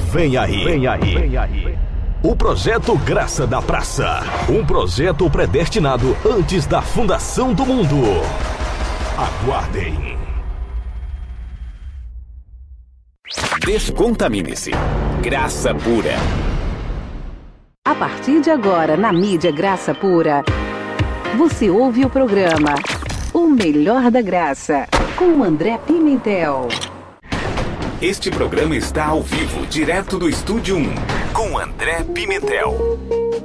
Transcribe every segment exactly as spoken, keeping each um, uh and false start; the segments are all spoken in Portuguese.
Vem aí, vem aí, vem aí. O Projeto Graça da Praça. Um projeto predestinado antes da fundação do mundo. Aguardem. Descontamine-se. Graça pura. A partir de agora, na mídia Graça Pura, você ouve o programa O Melhor da Graça, com o André Pimentel. Este programa está ao vivo, direto do Estúdio um, com André Pimentel.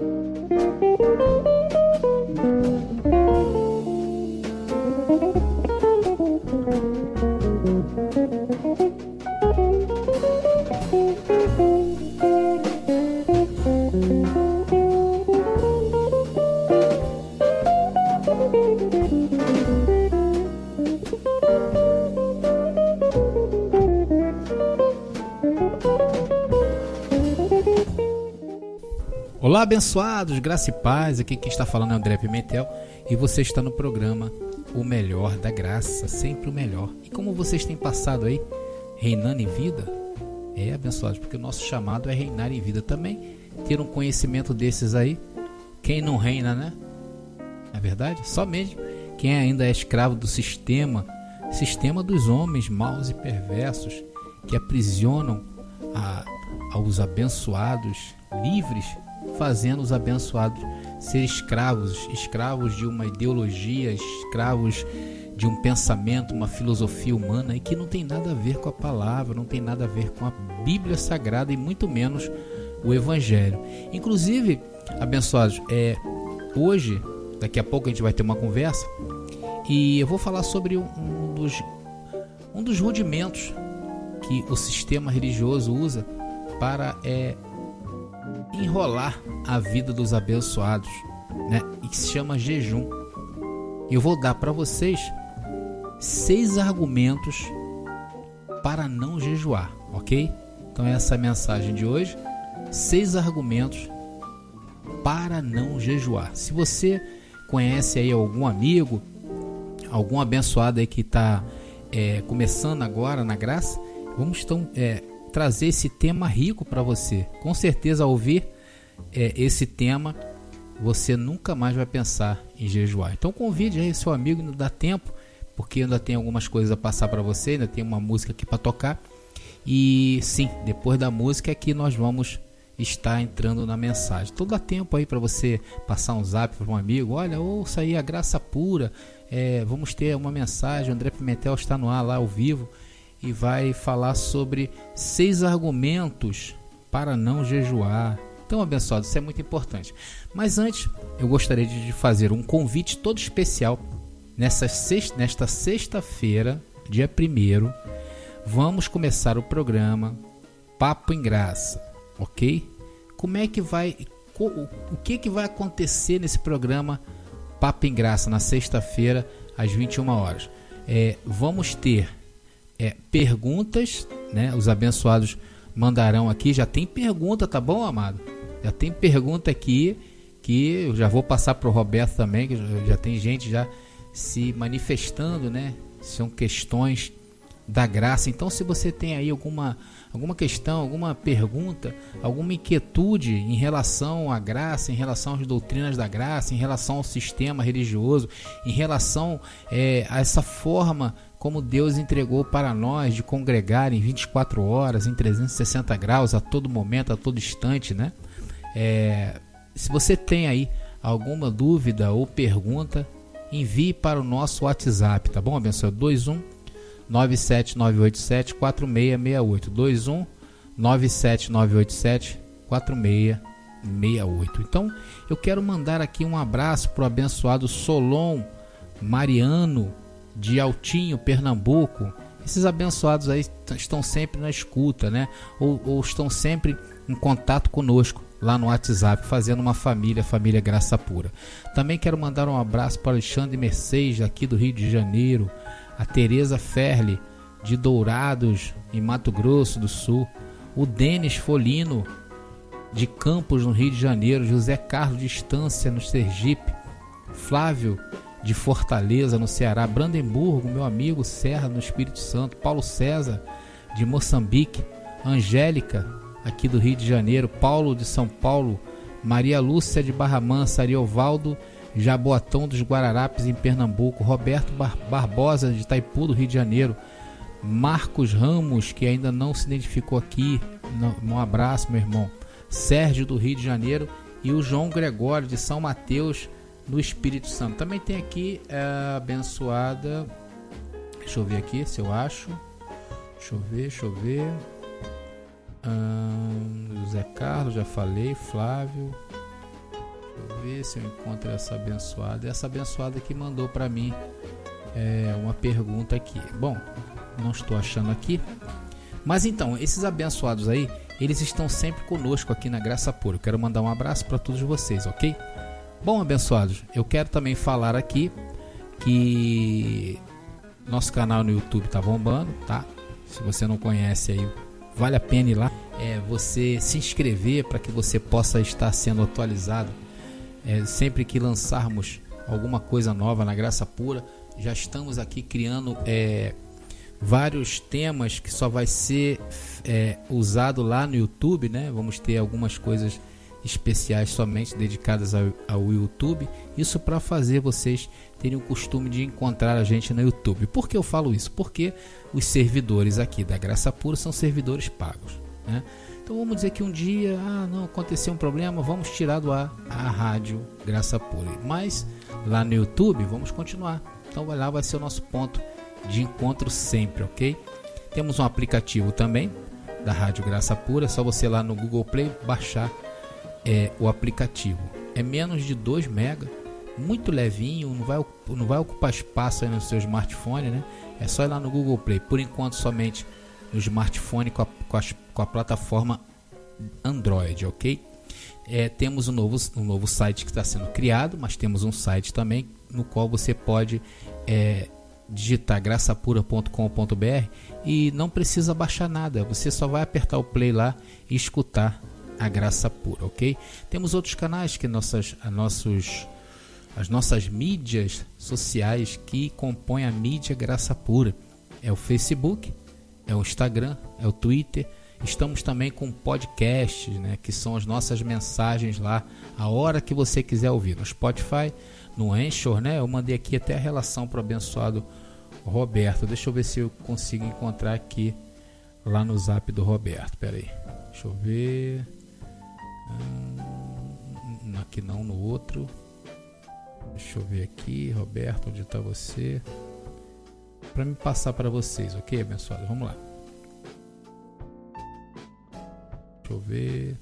Olá, abençoados, graça e paz. Aqui quem está falando é André Pimentel e você está no programa O Melhor da Graça, sempre o melhor. E como vocês têm passado aí, reinando em vida? É, abençoados, porque o nosso chamado é reinar em vida também. Ter um conhecimento desses aí, quem não reina, né? Não é verdade? Só mesmo quem ainda é escravo do sistema, sistema dos homens maus e perversos que aprisionam a, aos abençoados livres, fazendo os abençoados ser escravos, escravos de uma ideologia, escravos de um pensamento, uma filosofia humana e que não tem nada a ver com a palavra, não tem nada a ver com a Bíblia Sagrada e muito menos o Evangelho. Inclusive, abençoados, é, hoje, daqui a pouco a gente vai ter uma conversa e eu vou falar sobre um, um, dos, um dos rudimentos que o sistema religioso usa para é, enrolar a vida dos abençoados, né? E que se chama jejum. Eu vou dar para vocês seis argumentos para não jejuar, ok? Então essa é a mensagem de hoje. Seis argumentos para não jejuar. Se você conhece aí algum amigo, algum abençoado aí que está é, começando agora na graça, vamos então é, trazer esse tema rico para você. Com certeza, ao ouvir é, esse tema, você nunca mais vai pensar em jejuar. Então convide aí seu amigo, ainda dá tempo, porque ainda tem algumas coisas a passar para você, ainda tem uma música aqui para tocar. E sim, depois da música é que nós vamos estar entrando na mensagem. Então dá tempo aí para você passar um zap para um amigo. Olha, ouça aí a Graça Pura, é, vamos ter uma mensagem, o André Pimentel está no ar lá ao vivo e vai falar sobre seis argumentos para não jejuar. Então, abençoado, isso é muito importante. Mas antes, eu gostaria de fazer um convite todo especial. Nessa sexta, nesta sexta-feira, dia primeiro, vamos começar o programa Papo em Graça, ok? Como é que vai, o que que vai acontecer nesse programa Papo em Graça, na sexta-feira, às vinte e uma horas? É, vamos ter é, perguntas, né? Os abençoados mandarão aqui. Já tem pergunta, tá bom, amado? Já tem pergunta aqui que eu já vou passar para o Roberto também, que já tem gente já se manifestando, né? São questões da graça. Então, se você tem aí alguma, alguma questão, alguma pergunta, alguma inquietude em relação à graça, em relação às doutrinas da graça, em relação ao sistema religioso, em relação é, a essa forma como Deus entregou para nós de congregar em vinte e quatro horas, em trezentos e sessenta graus, a todo momento, a todo instante, né? É, se você tem aí alguma dúvida ou pergunta, envie para o nosso WhatsApp, tá bom, abençoado? dois um nove sete nove oito sete quatro seis seis oito, dois um nove sete nove oito sete quatro seis seis oito. Então, eu quero mandar aqui um abraço para o abençoado Solon Mariano de Altinho, Pernambuco. Esses abençoados aí estão sempre na escuta, né? Ou, ou estão sempre em contato conosco lá no WhatsApp, fazendo uma família, família Graça Pura. Também quero mandar um abraço para o Alexandre Mercedes, aqui do Rio de Janeiro, a Tereza Ferli, de Dourados, em Mato Grosso do Sul, o Denis Folino, de Campos, no Rio de Janeiro, José Carlos de Estância, no Sergipe, Flávio, de Fortaleza, no Ceará, Brandemburgo, meu amigo Serra, no Espírito Santo, Paulo César, de Moçambique, Angélica, aqui do Rio de Janeiro, Paulo de São Paulo, Maria Lúcia de Barra Mansa, Ariovaldo Jaboatão dos Guararapes em Pernambuco, Roberto Bar- Barbosa de Itaipu do Rio de Janeiro, Marcos Ramos, que ainda não se identificou aqui, um abraço, meu irmão, Sérgio do Rio de Janeiro e o João Gregório de São Mateus no Espírito Santo. Também tem aqui a abençoada, deixa eu ver aqui se eu acho, deixa eu ver, deixa eu ver, hum, José Carlos, já falei, Flávio, deixa eu ver se eu encontro essa abençoada, essa abençoada que mandou para mim é, uma pergunta aqui. Bom, não estou achando aqui, mas então, esses abençoados aí, eles estão sempre conosco aqui na Graça Pura. Eu quero mandar um abraço para todos vocês, ok? Bom, abençoados, eu quero também falar aqui que nosso canal no YouTube tá bombando, tá? Se você não conhece aí, vale a pena ir lá, é, você se inscrever para que você possa estar sendo atualizado é, sempre que lançarmos alguma coisa nova na Graça Pura. Já estamos aqui criando é, vários temas que só vai ser é, usado lá no YouTube, né? Vamos ter algumas coisas especiais somente dedicadas ao, ao YouTube. Isso para fazer vocês terem o costume de encontrar a gente no YouTube. Por que eu falo isso? Porque os servidores aqui da Graça Pura são servidores pagos, né? Então vamos dizer que um dia, ah, não, aconteceu um problema, vamos tirar do ar a rádio Graça Pura. Mas lá no YouTube vamos continuar. Então lá vai ser o nosso ponto de encontro sempre, ok? Temos um aplicativo também da Rádio Graça Pura, é só você lá no Google Play baixar é, o aplicativo. É menos de dois mega, muito levinho, não vai, não vai ocupar espaço aí no seu smartphone, né? É só ir lá no Google Play, por enquanto somente no smartphone com a, com a, com a plataforma Android, ok? É, temos um novo, um novo site que está sendo criado, mas temos um site também no qual você pode é, digitar graçapura ponto com ponto b r e não precisa baixar nada, você só vai apertar o play lá e escutar a Graça Pura, ok? Temos outros canais que nossas, a nossos, as nossas mídias sociais que compõem a mídia Graça Pura. É o Facebook, é o Instagram, é o Twitter. Estamos também com podcasts, né, que são as nossas mensagens lá, a hora que você quiser ouvir, no Spotify, no Anchor, né? Eu mandei aqui até a relação para o abençoado Roberto. Deixa eu ver se eu consigo encontrar aqui lá no zap do Roberto. Pera aí, deixa eu ver. Hum, aqui não, no outro. Deixa eu ver aqui, Roberto, onde está você? Para me passar para vocês, ok, abençoado? Vamos lá. Deixa eu ver.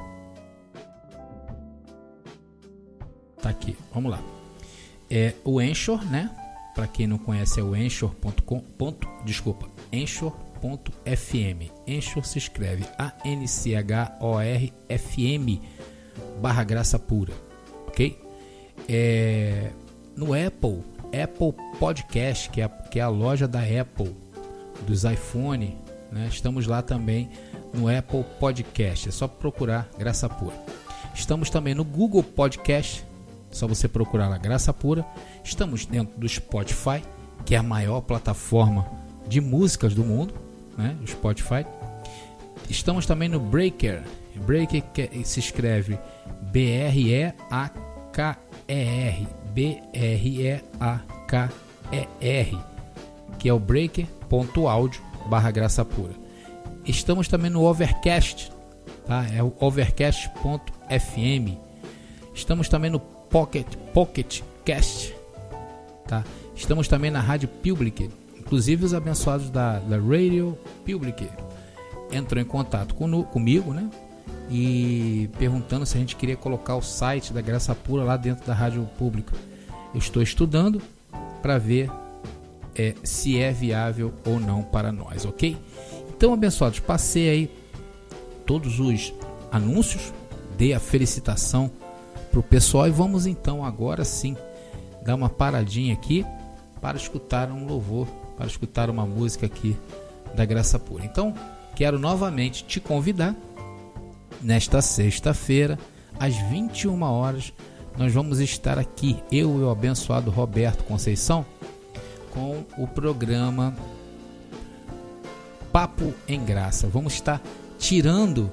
Tá aqui, vamos lá. É o Anchor, né? Para quem não conhece, é o anchor ponto com. Desculpa, anchor ponto f m. Anchor se escreve A N C H O R F M barra Graça Pura, ok? É, no Apple, Apple Podcast, que é, a, que é a loja da Apple, dos iPhone, né? Estamos lá também no Apple Podcast, é só procurar Graça Pura. Estamos também no Google Podcast, só você procurar lá Graça Pura. Estamos dentro do Spotify, que é a maior plataforma de músicas do mundo, né? O Spotify. Estamos também no Breaker, Breaker que se escreve B R E A K E R, B R E A K E R, que é o breaker ponto audio barra Graça Pura. Estamos também no Overcast, tá? É o overcast ponto f m. Estamos também no Pocket, Pocket Cast, tá? Estamos também na Rádio Public. Inclusive os abençoados da, da Radio Public entrou em contato com, comigo, né? E perguntando se a gente queria colocar o site da Graça Pura lá dentro da Rádio Pública. Eu estou estudando para ver é, se é viável ou não para nós, ok? Então, abençoados, passei aí todos os anúncios, dei a felicitação para o pessoal e vamos então agora sim dar uma paradinha aqui para escutar um louvor, para escutar uma música aqui da Graça Pura. Então, quero novamente te convidar. Nesta sexta-feira, às vinte e uma horas, nós vamos estar aqui, eu e o abençoado Roberto Conceição, com o programa Papo em Graça. Vamos estar tirando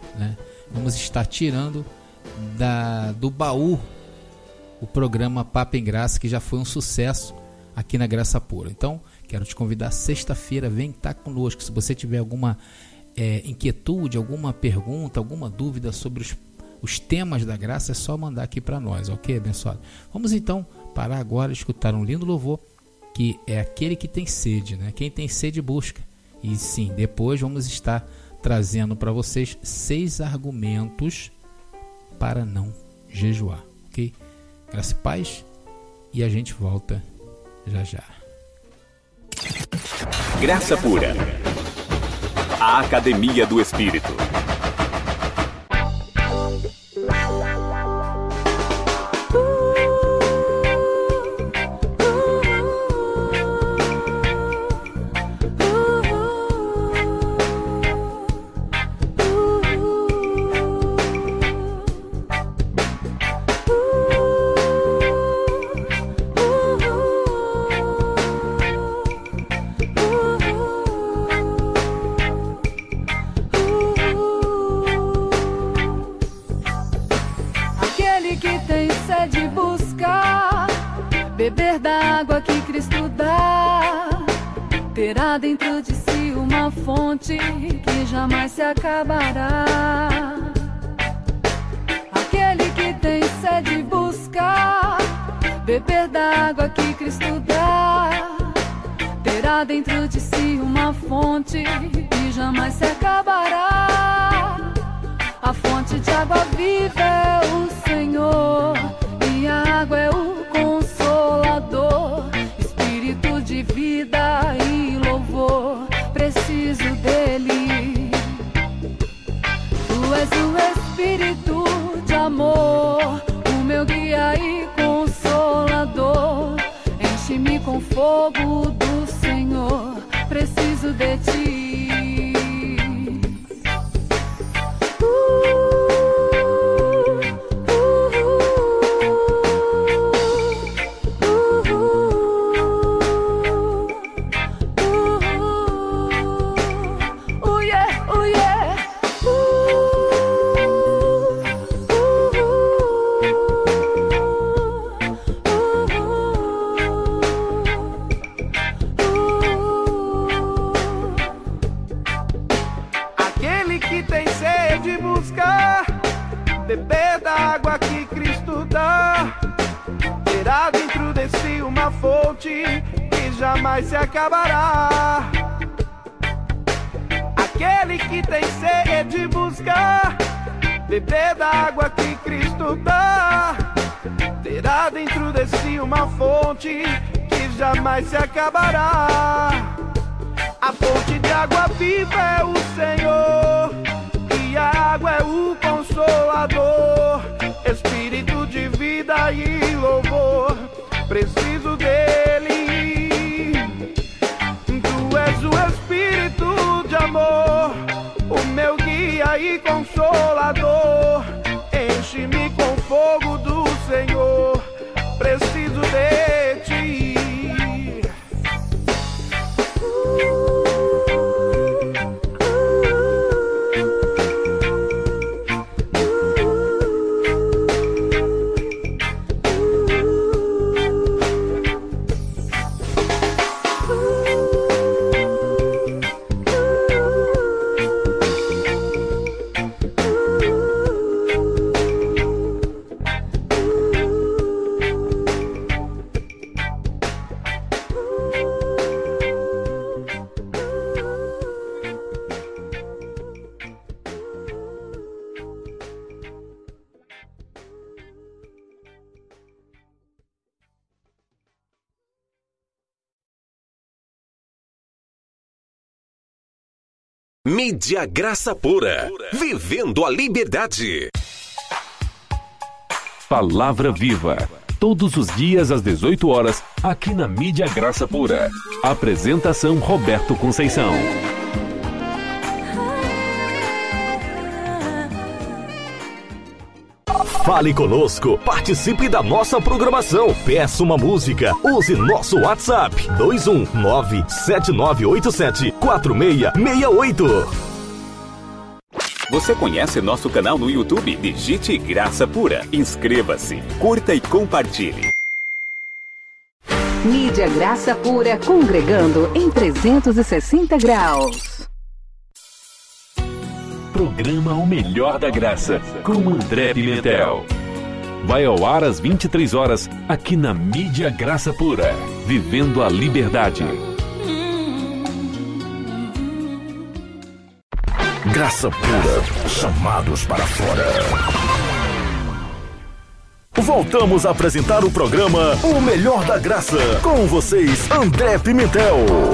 né? Vamos estar tirando da, do baú o programa Papo em Graça, que já foi um sucesso aqui na Graça Pura. Então, quero te convidar, sexta-feira, vem estar conosco. Se você tiver alguma é, inquietude, alguma pergunta, alguma dúvida sobre os, os temas da graça, é só mandar aqui para nós, ok, abençoado? Vamos então parar agora e escutar um lindo louvor, que é aquele que tem sede, né? Quem tem sede busca. E sim, depois vamos estar trazendo para vocês seis argumentos para não jejuar, ok? Graça e paz, e a gente volta já já. Graça Pura, a Academia do Espírito. Beber da água que Cristo dá, terá dentro de si uma fonte que jamais se acabará. Aquele que tem sede buscar, beber da água que Cristo dá, terá dentro de si uma fonte que jamais se acabará. A fonte de água viva é o Senhor, e a água é o Consolador, Espírito de vida e louvor, preciso dele. Tu és o Espírito de amor, o meu guia e consolador. Enche-me com fogo do Senhor, preciso de ti. Beber da água que Cristo dá, terá dentro de si uma fonte que jamais se acabará. Aquele que tem sede buscar, beber da água que Cristo dá, terá dentro de si uma fonte que jamais se acabará. A fonte de água viva é o Senhor, e a água é o Consolador, Espírito de vida e louvor, preciso dele. Tu és o Espírito de amor, o meu guia e consolador. Enche-me com fogo do Senhor, preciso de ti. Mídia Graça Pura, vivendo a liberdade. Palavra Viva, todos os dias às dezoito horas, aqui na Mídia Graça Pura. Apresentação Roberto Conceição. Fale conosco, participe da nossa programação, peça uma música, use nosso WhatsApp dois um nove, sete nove oito sete, quatro seis seis oito. Você conhece nosso canal no YouTube? Digite Graça Pura. Inscreva-se, curta e compartilhe. Mídia Graça Pura, congregando em trezentos e sessenta graus. Programa O Melhor da Graça, com André Pimentel. Vai ao ar às vinte e três horas, aqui na Mídia Graça Pura. Vivendo a liberdade. Graça Pura, chamados para fora. Voltamos a apresentar o programa O Melhor da Graça. Com vocês, André Pimentel.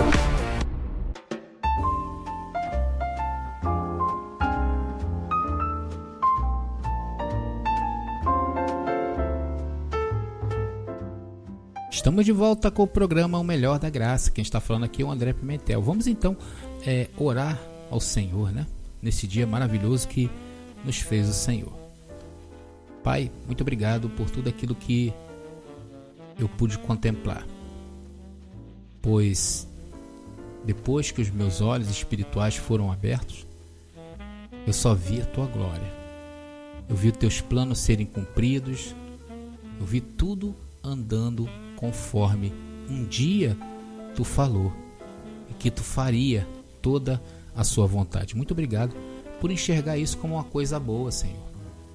Estamos de volta com o programa O Melhor da Graça. Quem está falando aqui é o André Pimentel. Vamos então é, orar ao Senhor, né? Nesse dia maravilhoso que nos fez o Senhor. Pai, muito obrigado por tudo aquilo que eu pude contemplar. Pois depois que os meus olhos espirituais foram abertos, eu só vi a Tua glória. Eu vi os Teus planos serem cumpridos. Eu vi tudo andando conforme um dia Tu falou e que Tu faria toda a Sua vontade. Muito obrigado por enxergar isso como uma coisa boa, Senhor.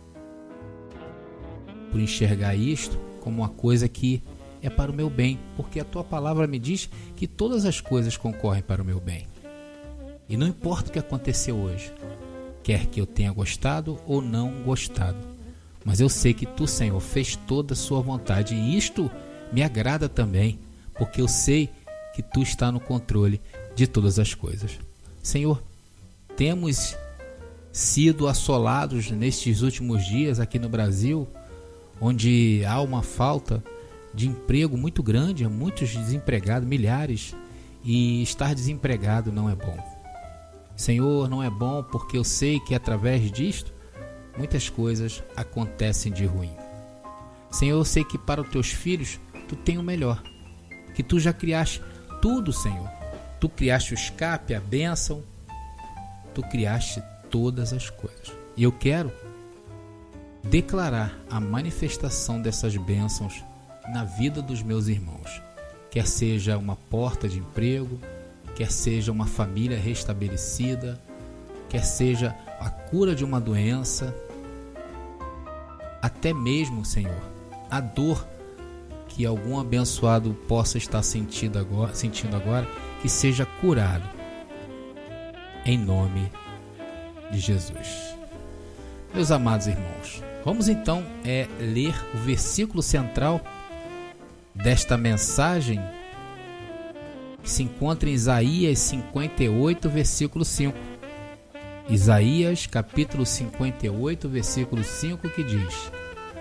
Por enxergar isto como uma coisa que é para o meu bem, porque a Tua palavra me diz que todas as coisas concorrem para o meu bem. E não importa o que aconteceu hoje, quer que eu tenha gostado ou não gostado, mas eu sei que Tu, Senhor, fez toda a Sua vontade, e isto me agrada também, porque eu sei que Tu está no controle de todas as coisas. Senhor, temos sido assolados nestes últimos dias aqui no Brasil, onde há uma falta de emprego muito grande, há muitos desempregados, milhares, e estar desempregado não é bom. Senhor, não é bom porque eu sei que através disto muitas coisas acontecem de ruim. Senhor, eu sei que para os Teus filhos Tu tem o melhor, que Tu já criaste tudo, Senhor. Tu criaste o escape, a bênção, Tu criaste todas as coisas. E eu quero declarar a manifestação dessas bênçãos na vida dos meus irmãos. Quer seja uma porta de emprego, quer seja uma família restabelecida, quer seja a cura de uma doença, até mesmo, Senhor, a dor que algum abençoado possa estar sentindo agora, sentindo agora, que seja curado, em nome de Jesus. Meus amados irmãos, vamos então é, ler o versículo central desta mensagem, que se encontra em Isaías cinquenta e oito, versículo cinco. Isaías capítulo cinquenta e oito, versículo cinco, que diz: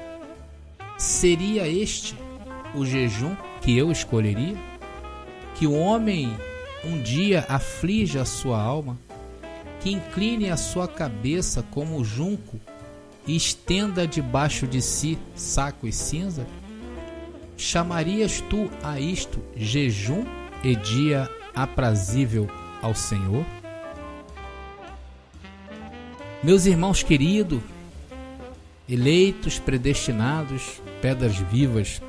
seria este o jejum que eu escolheria? Que o homem um dia aflija a sua alma, que incline a sua cabeça como o junco e estenda debaixo de si saco e cinza? Chamarias tu a isto jejum e dia aprazível ao Senhor? Meus irmãos queridos, eleitos, predestinados, pedras vivas,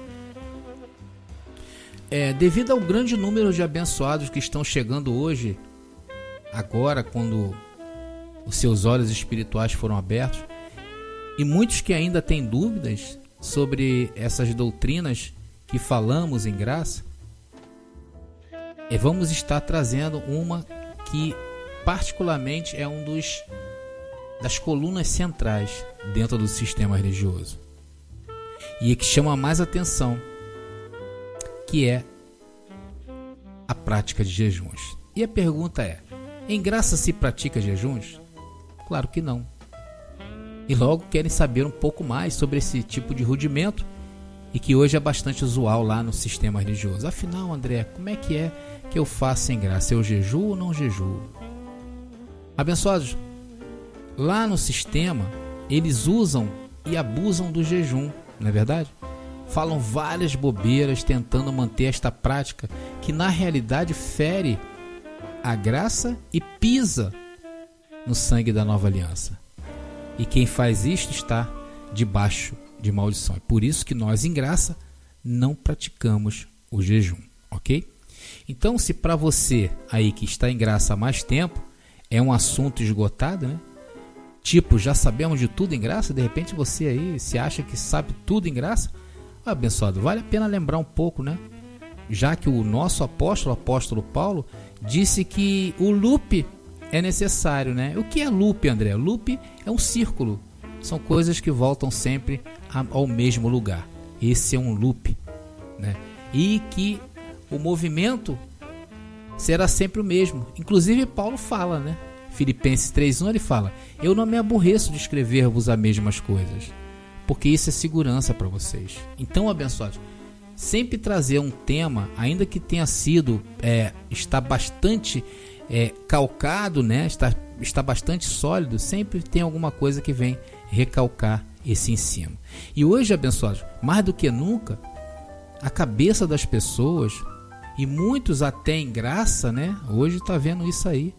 é, devido ao grande número de abençoados que estão chegando hoje, agora quando os seus olhos espirituais foram abertos, e muitos que ainda têm dúvidas sobre essas doutrinas que falamos em graça, e vamos estar trazendo uma que particularmente é um dos das colunas centrais dentro do sistema religioso e que chama mais atenção, que é a prática de jejuns. E a pergunta é: em graça se pratica jejuns? Claro que não. E logo querem saber um pouco mais sobre esse tipo de rudimento e que hoje é bastante usual lá no sistema religioso. Afinal, André, como é que é que eu faço em graça? Eu jejuo ou não jejuo? Abençoados, lá no sistema eles usam e abusam do jejum, não é verdade? Falam várias bobeiras tentando manter esta prática que na realidade fere a graça e pisa no sangue da nova aliança. E quem faz isto está debaixo de maldição. É por isso que nós, em graça, não praticamos o jejum, ok? Então, se para você aí que está em graça há mais tempo, é um assunto esgotado, né? Tipo, já sabemos de tudo em graça, de repente você aí se acha que sabe tudo em graça, abençoado, vale a pena lembrar um pouco, né? Já que o nosso apóstolo, o apóstolo Paulo, disse que o loop é necessário, né? O que é loop, André? Loop é um círculo, são coisas que voltam sempre ao mesmo lugar. Esse é um loop, né? E que o movimento será sempre o mesmo. Inclusive Paulo fala, né? Filipenses três um, ele fala: eu não me aborreço de escrever-vos as mesmas coisas, porque isso é segurança para vocês. Então, abençoados, sempre trazer um tema, ainda que tenha sido, é, está bastante é, calcado, né? está, está bastante sólido, sempre tem alguma coisa que vem recalcar esse ensino. E hoje, abençoados, mais do que nunca, a cabeça das pessoas, e muitos até em graça, né? Hoje está vendo isso aí,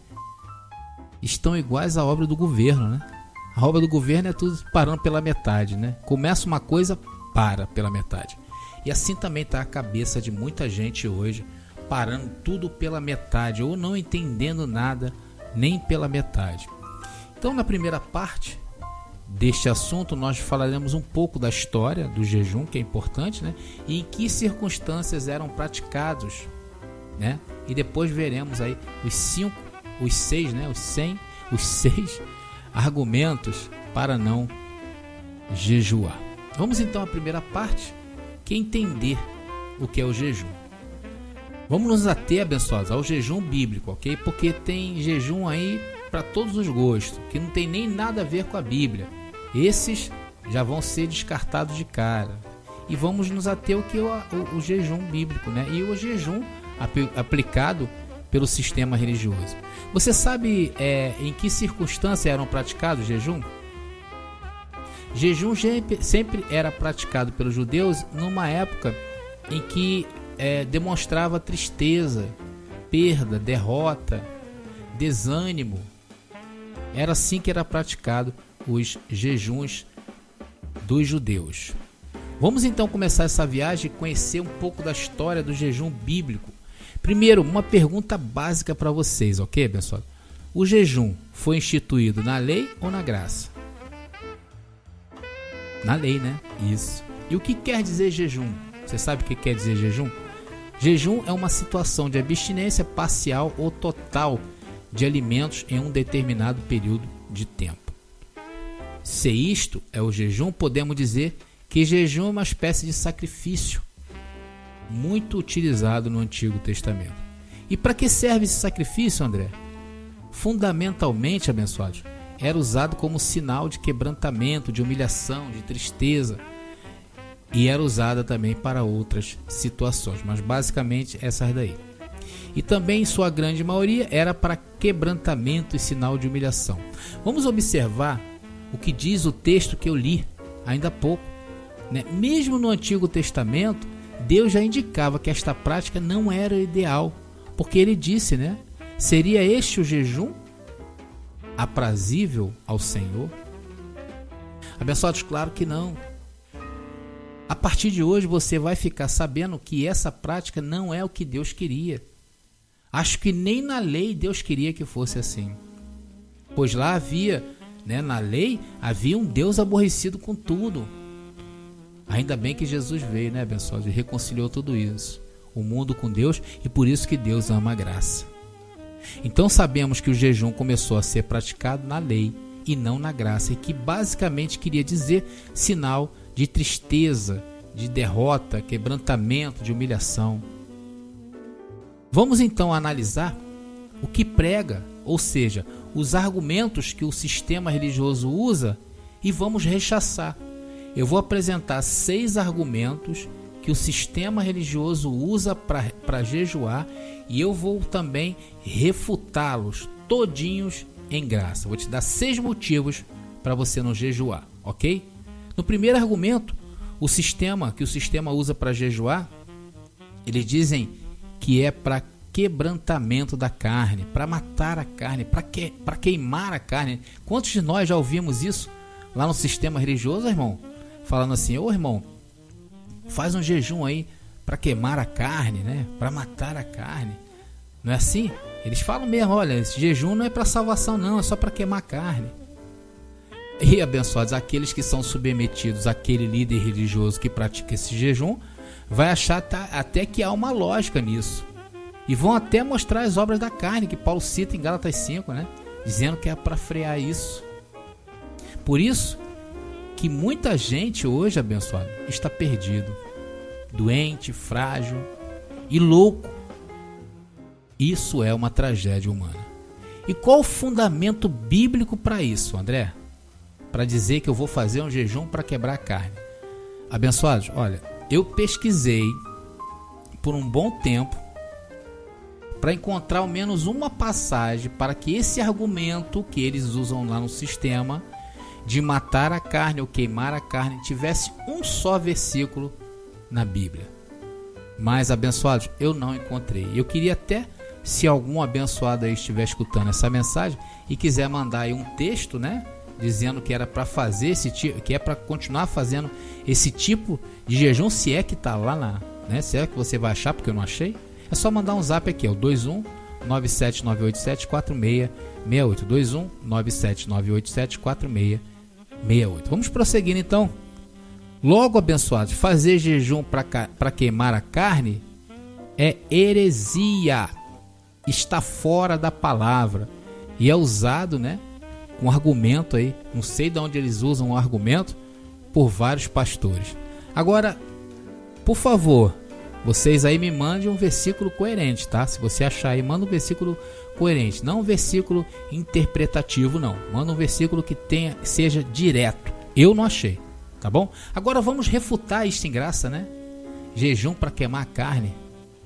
estão iguais à obra do governo, né? A obra do governo é tudo parando pela metade, né? Começa uma coisa, para pela metade. E assim também está a cabeça de muita gente hoje, parando tudo pela metade, ou não entendendo nada nem pela metade. Então, na primeira parte deste assunto, nós falaremos um pouco da história do jejum, que é importante, né? E em que circunstâncias eram praticados, né? E depois veremos aí os cinco, os seis, né? Os cem, os seis argumentos para não jejuar. Vamos então à primeira parte, que é entender o que é o jejum. Vamos nos ater, abençoados, ao jejum bíblico, ok? Porque tem jejum aí para todos os gostos, que não tem nem nada a ver com a Bíblia. Esses já vão ser descartados de cara. E vamos nos ater ao que é o, o, o jejum bíblico, né? E o jejum ap- aplicado pelo sistema religioso. Você sabe é, em que circunstância eram praticados o jejum? Jejum sempre era praticado pelos judeus numa época em que é, demonstrava tristeza, perda, derrota, desânimo. Era assim que era praticado os jejuns dos judeus. Vamos então começar essa viagem e conhecer um pouco da história do jejum bíblico. Primeiro, uma pergunta básica para vocês, ok, pessoal? O jejum foi instituído na lei ou na graça? Na lei, né? Isso. E o que quer dizer jejum? Você sabe o que quer dizer jejum? Jejum é uma situação de abstinência parcial ou total de alimentos em um determinado período de tempo. Se isto é o jejum, podemos dizer que jejum é uma espécie de sacrifício muito utilizado no Antigo Testamento. E para que serve esse sacrifício, André? Fundamentalmente, abençoados, era usado como sinal de quebrantamento, de humilhação, de tristeza, e era usada também para outras situações, mas basicamente essas daí. E também, em sua grande maioria, era para quebrantamento e sinal de humilhação. Vamos observar o que diz o texto que eu li ainda há pouco, né? Mesmo no Antigo Testamento, Deus já indicava que esta prática não era ideal, porque ele disse, né? Seria este o jejum aprazível ao Senhor? Abençoados, claro que não. A partir de hoje você vai ficar sabendo que essa prática não é o que Deus queria. Acho que nem na lei Deus queria que fosse assim. Pois lá havia, né, na lei, havia um Deus aborrecido com tudo. Ainda bem que Jesus veio, né, abençoado, e reconciliou tudo isso, o mundo com Deus, e por isso que Deus ama a graça. Então sabemos que o jejum começou a ser praticado na lei e não na graça, e que basicamente queria dizer sinal de tristeza, de derrota, quebrantamento, de humilhação. Vamos então analisar o que prega, ou seja, os argumentos que o sistema religioso usa, e vamos rechaçar. Eu vou apresentar seis argumentos que o sistema religioso usa para jejuar, e eu vou também refutá-los todinhos em graça. Vou te dar seis motivos para você não jejuar, ok? No primeiro argumento, o sistema que o sistema usa para jejuar, eles dizem que é para quebrantamento da carne, para matar a carne, para que, para queimar a carne. Quantos de nós já ouvimos isso lá no sistema religioso, irmão? Falando assim: ô irmão, faz um jejum aí para queimar a carne, né? Para matar a carne. Não é assim? Eles falam mesmo: olha, esse jejum não é para salvação não, é só para queimar a carne. E abençoados, aqueles que são submetidos àquele líder religioso que pratica esse jejum, vai achar até que há uma lógica nisso. E vão até mostrar as obras da carne, que Paulo cita em Gálatas cinco, né? Dizendo que é para frear isso. Por isso que muita gente hoje, abençoado, está perdido, doente, frágil e louco. Isso é uma tragédia humana. E qual o fundamento bíblico para isso, André? Para dizer que eu vou fazer um jejum para quebrar a carne. Abençoados, olha, eu pesquisei por um bom tempo para encontrar ao menos uma passagem para que esse argumento que eles usam lá no sistema de matar a carne ou queimar a carne tivesse um só versículo na Bíblia. Mas, abençoados, eu não encontrei. Eu queria até, se algum abençoado aí estiver escutando essa mensagem e quiser mandar aí um texto, né, dizendo que era para fazer esse tipo, que é para continuar fazendo esse tipo de jejum, se é que está lá na, né, se é que você vai achar, porque eu não achei, é só mandar um zap aqui, ó, dois um nove sete nove oito sete quatro seis seis oito, dois um nove sete nove oito sete quatro seis seis oito. Vamos prosseguir então. Logo, abençoados, fazer jejum para queimar a carne é heresia, está fora da palavra e é usado, né, um argumento aí, não sei de onde eles usam o argumento, por vários pastores. Agora, por favor, vocês aí me mandem um versículo coerente, tá? Se você achar aí, manda um versículo coerente, não um versículo interpretativo, não. Manda um versículo que tenha, seja direto. Eu não achei, tá bom? Agora vamos refutar isso em graça, né? Jejum para queimar a carne.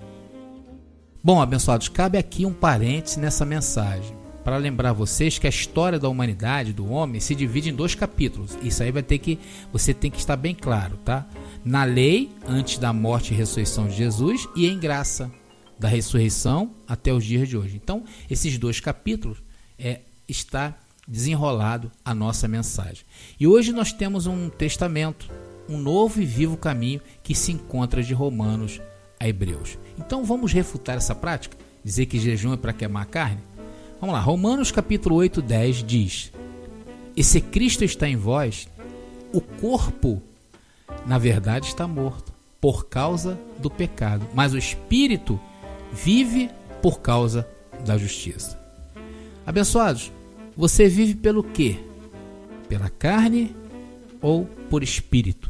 Bom, abençoados, cabe aqui um parêntese nessa mensagem, para lembrar vocês que a história da humanidade, do homem, se divide em dois capítulos. Isso aí vai ter que, você tem que estar bem claro, tá? Na lei, antes da morte e ressurreição de Jesus, e em graça, da ressurreição até os dias de hoje. Então, esses dois capítulos é, está desenrolado a nossa mensagem. E hoje nós temos um testamento, um novo e vivo caminho que se encontra de Romanos a Hebreus. Então, vamos refutar essa prática? Dizer que jejum é para queimar a carne? Vamos lá, Romanos capítulo oito, dez diz: e se Cristo está em vós, o corpo, na verdade, está morto por causa do pecado, mas o espírito vive por causa da justiça. Abençoados, você vive pelo quê? Pela carne ou por espírito?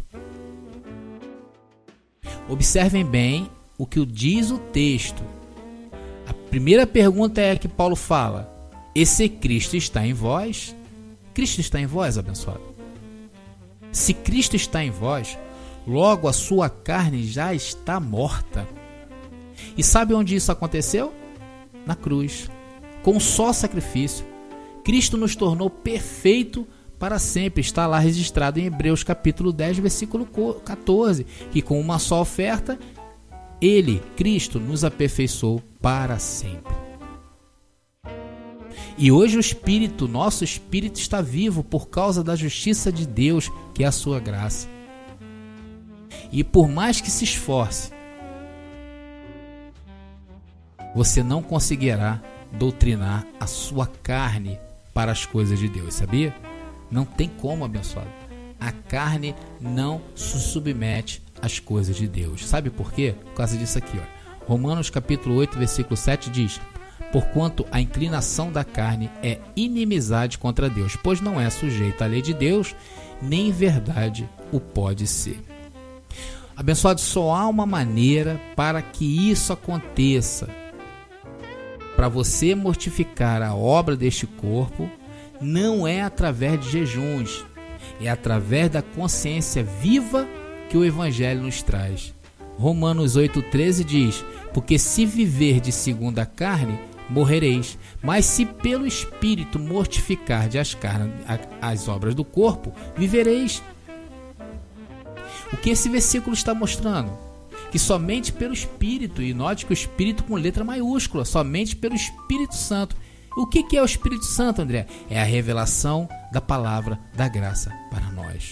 Observem bem o que diz o texto. A primeira pergunta é a que Paulo fala: e se Cristo está em vós? Cristo está em vós, abençoado? Se Cristo está em vós, logo a sua carne já está morta. E sabe onde isso aconteceu? Na cruz. Com um só sacrifício, Cristo nos tornou perfeito para sempre. Está lá registrado em Hebreus capítulo dez, versículo quatorze, que com uma só oferta, Ele, Cristo, nos aperfeiçoou para sempre. E hoje o Espírito, nosso Espírito está vivo por causa da justiça de Deus, que é a sua graça. E por mais que se esforce, você não conseguirá doutrinar a sua carne para as coisas de Deus, sabia? Não tem como, abençoado. A carne não se submete às coisas de Deus. Sabe por quê? Por causa disso aqui, ó. Romanos capítulo oito, versículo sete diz: porquanto a inclinação da carne é inimizade contra Deus, pois não é sujeita à lei de Deus, nem em verdade o pode ser. Abençoado, só há uma maneira para que isso aconteça. Para você mortificar a obra deste corpo, não é através de jejuns, é através da consciência viva que o Evangelho nos traz. Romanos oito, treze diz: porque se viver de segundo a carne, morrereis, mas se pelo Espírito mortificar de as, carne, as obras do corpo, vivereis. O que esse versículo está mostrando? que somente pelo Espírito, e note que o Espírito com letra maiúscula, somente pelo Espírito Santo. O que, que é o Espírito Santo, André? É a revelação da palavra da graça para nós.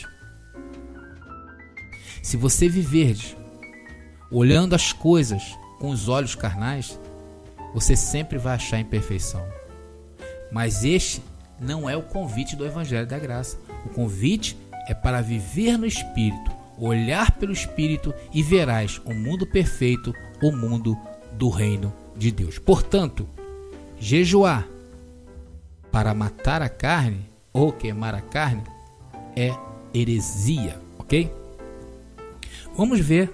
Se você viver olhando as coisas com os olhos carnais, você sempre vai achar imperfeição. Mas este não é o convite do Evangelho da Graça. O convite é para viver no Espírito, olhar pelo Espírito e verás o mundo perfeito, o mundo do reino de Deus. Portanto, jejuar para matar a carne ou queimar a carne é heresia, ok? Vamos ver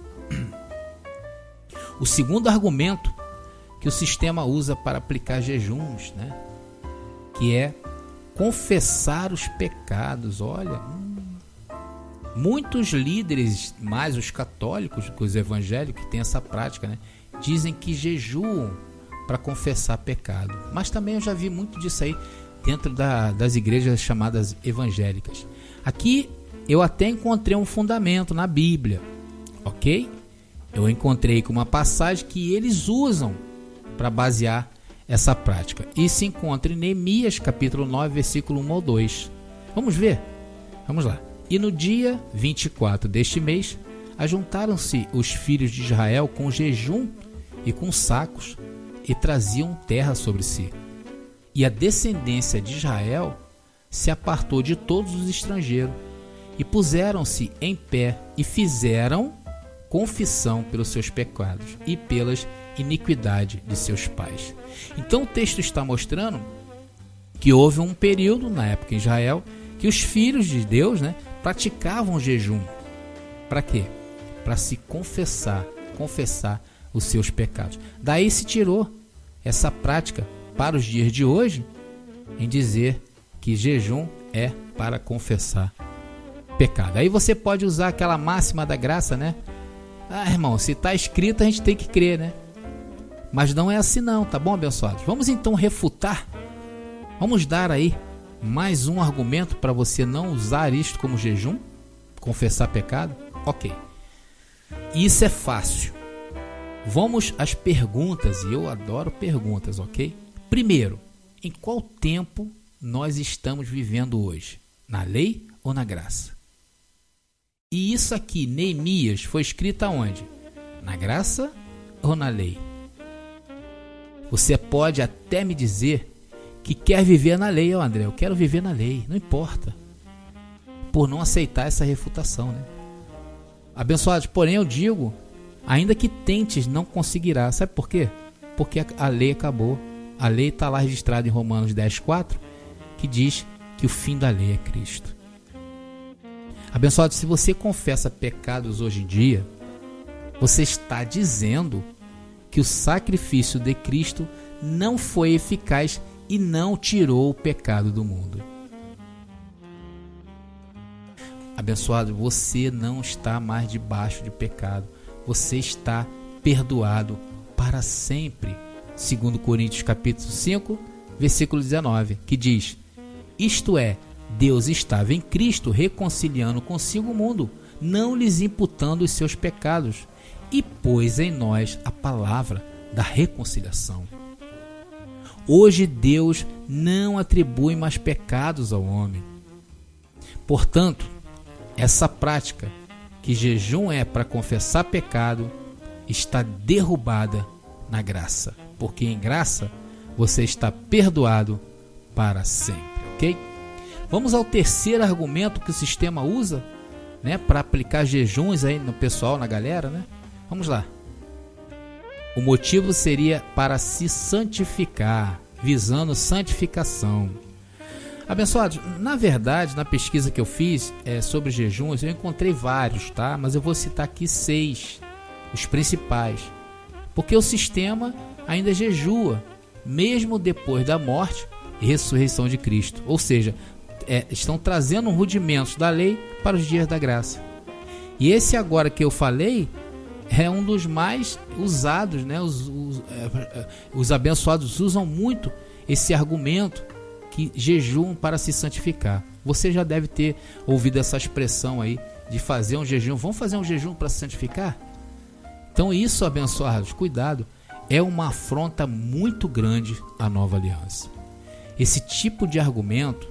o segundo argumento que o sistema usa para aplicar jejuns, né? Que é confessar os pecados. Olha, hum, muitos líderes, mais os católicos, os evangélicos, que têm essa prática, né? Dizem que jejuam para confessar pecado. Mas também eu já vi muito disso aí dentro da, das igrejas chamadas evangélicas. Aqui eu até encontrei um fundamento na Bíblia, ok? Eu encontrei com uma passagem que eles usam para basear essa prática. E se encontra em Neemias capítulo nove, versículo um ao dois. Vamos ver? Vamos lá. E no dia vinte e quatro deste mês, ajuntaram-se os filhos de Israel com jejum e com sacos, e traziam terra sobre si. E a descendência de Israel se apartou de todos os estrangeiros, e puseram-se em pé e fizeram confissão pelos seus pecados e pelas iniquidades de seus pais. Então o texto está mostrando que houve um período na época em Israel que os filhos de Deus, né, praticavam jejum. Para quê? Para se confessar, confessar os seus pecados. Daí se tirou essa prática para os dias de hoje em dizer que jejum é para confessar pecado. Aí você pode usar aquela máxima da graça, né? Ah, irmão, se está escrito a gente tem que crer, né? Mas não é assim não, tá bom, abençoados? Vamos então refutar, vamos dar aí mais um argumento para você não usar isto como jejum, confessar pecado? Ok, isso é fácil. Vamos às perguntas, e eu adoro perguntas, ok? Primeiro, em qual tempo nós estamos vivendo hoje? Na lei ou na graça? E isso aqui, Neemias, foi escrito aonde? Na graça ou na lei? Você pode até me dizer que quer viver na lei, ó André, eu quero viver na lei, não importa. Por não aceitar essa refutação, né? Abençoados, porém eu digo, ainda que tentes, não conseguirá. Sabe por quê? Porque a, a lei acabou. A lei está lá registrada em Romanos dez, quatro, que diz que o fim da lei é Cristo. Abençoado, se você confessa pecados hoje em dia, você está dizendo que o sacrifício de Cristo não foi eficaz e não tirou o pecado do mundo. Abençoado, você não está mais debaixo de pecado. Você está perdoado para sempre. Segundo Coríntios capítulo cinco, versículo dezenove, que diz: isto é, Deus estava em Cristo reconciliando consigo o mundo, não lhes imputando os seus pecados, e pôs em nós a palavra da reconciliação. Hoje Deus não atribui mais pecados ao homem. Portanto, essa prática, que jejum é para confessar pecado, está derrubada na graça, porque em graça você está perdoado para sempre, ok? Vamos ao terceiro argumento que o sistema usa, né, para aplicar jejuns aí no pessoal, na galera, né? Vamos lá. O motivo seria para se santificar, visando santificação. Abençoados, na verdade, na pesquisa que eu fiz é, sobre jejuns, eu encontrei vários, tá? Mas eu vou citar aqui seis, os principais. Porque o sistema ainda jejua, mesmo depois da morte e ressurreição de Cristo. Ou seja, é, estão trazendo rudimentos da lei para os dias da graça. E esse agora que eu falei é um dos mais usados, né? Os, os, é, os abençoados usam muito esse argumento, que jejum para se santificar. Você já deve ter ouvido essa expressão aí de fazer um jejum. Vamos fazer um jejum para se santificar? Então isso, abençoados, cuidado, é uma afronta muito grande à nova aliança. Esse tipo de argumento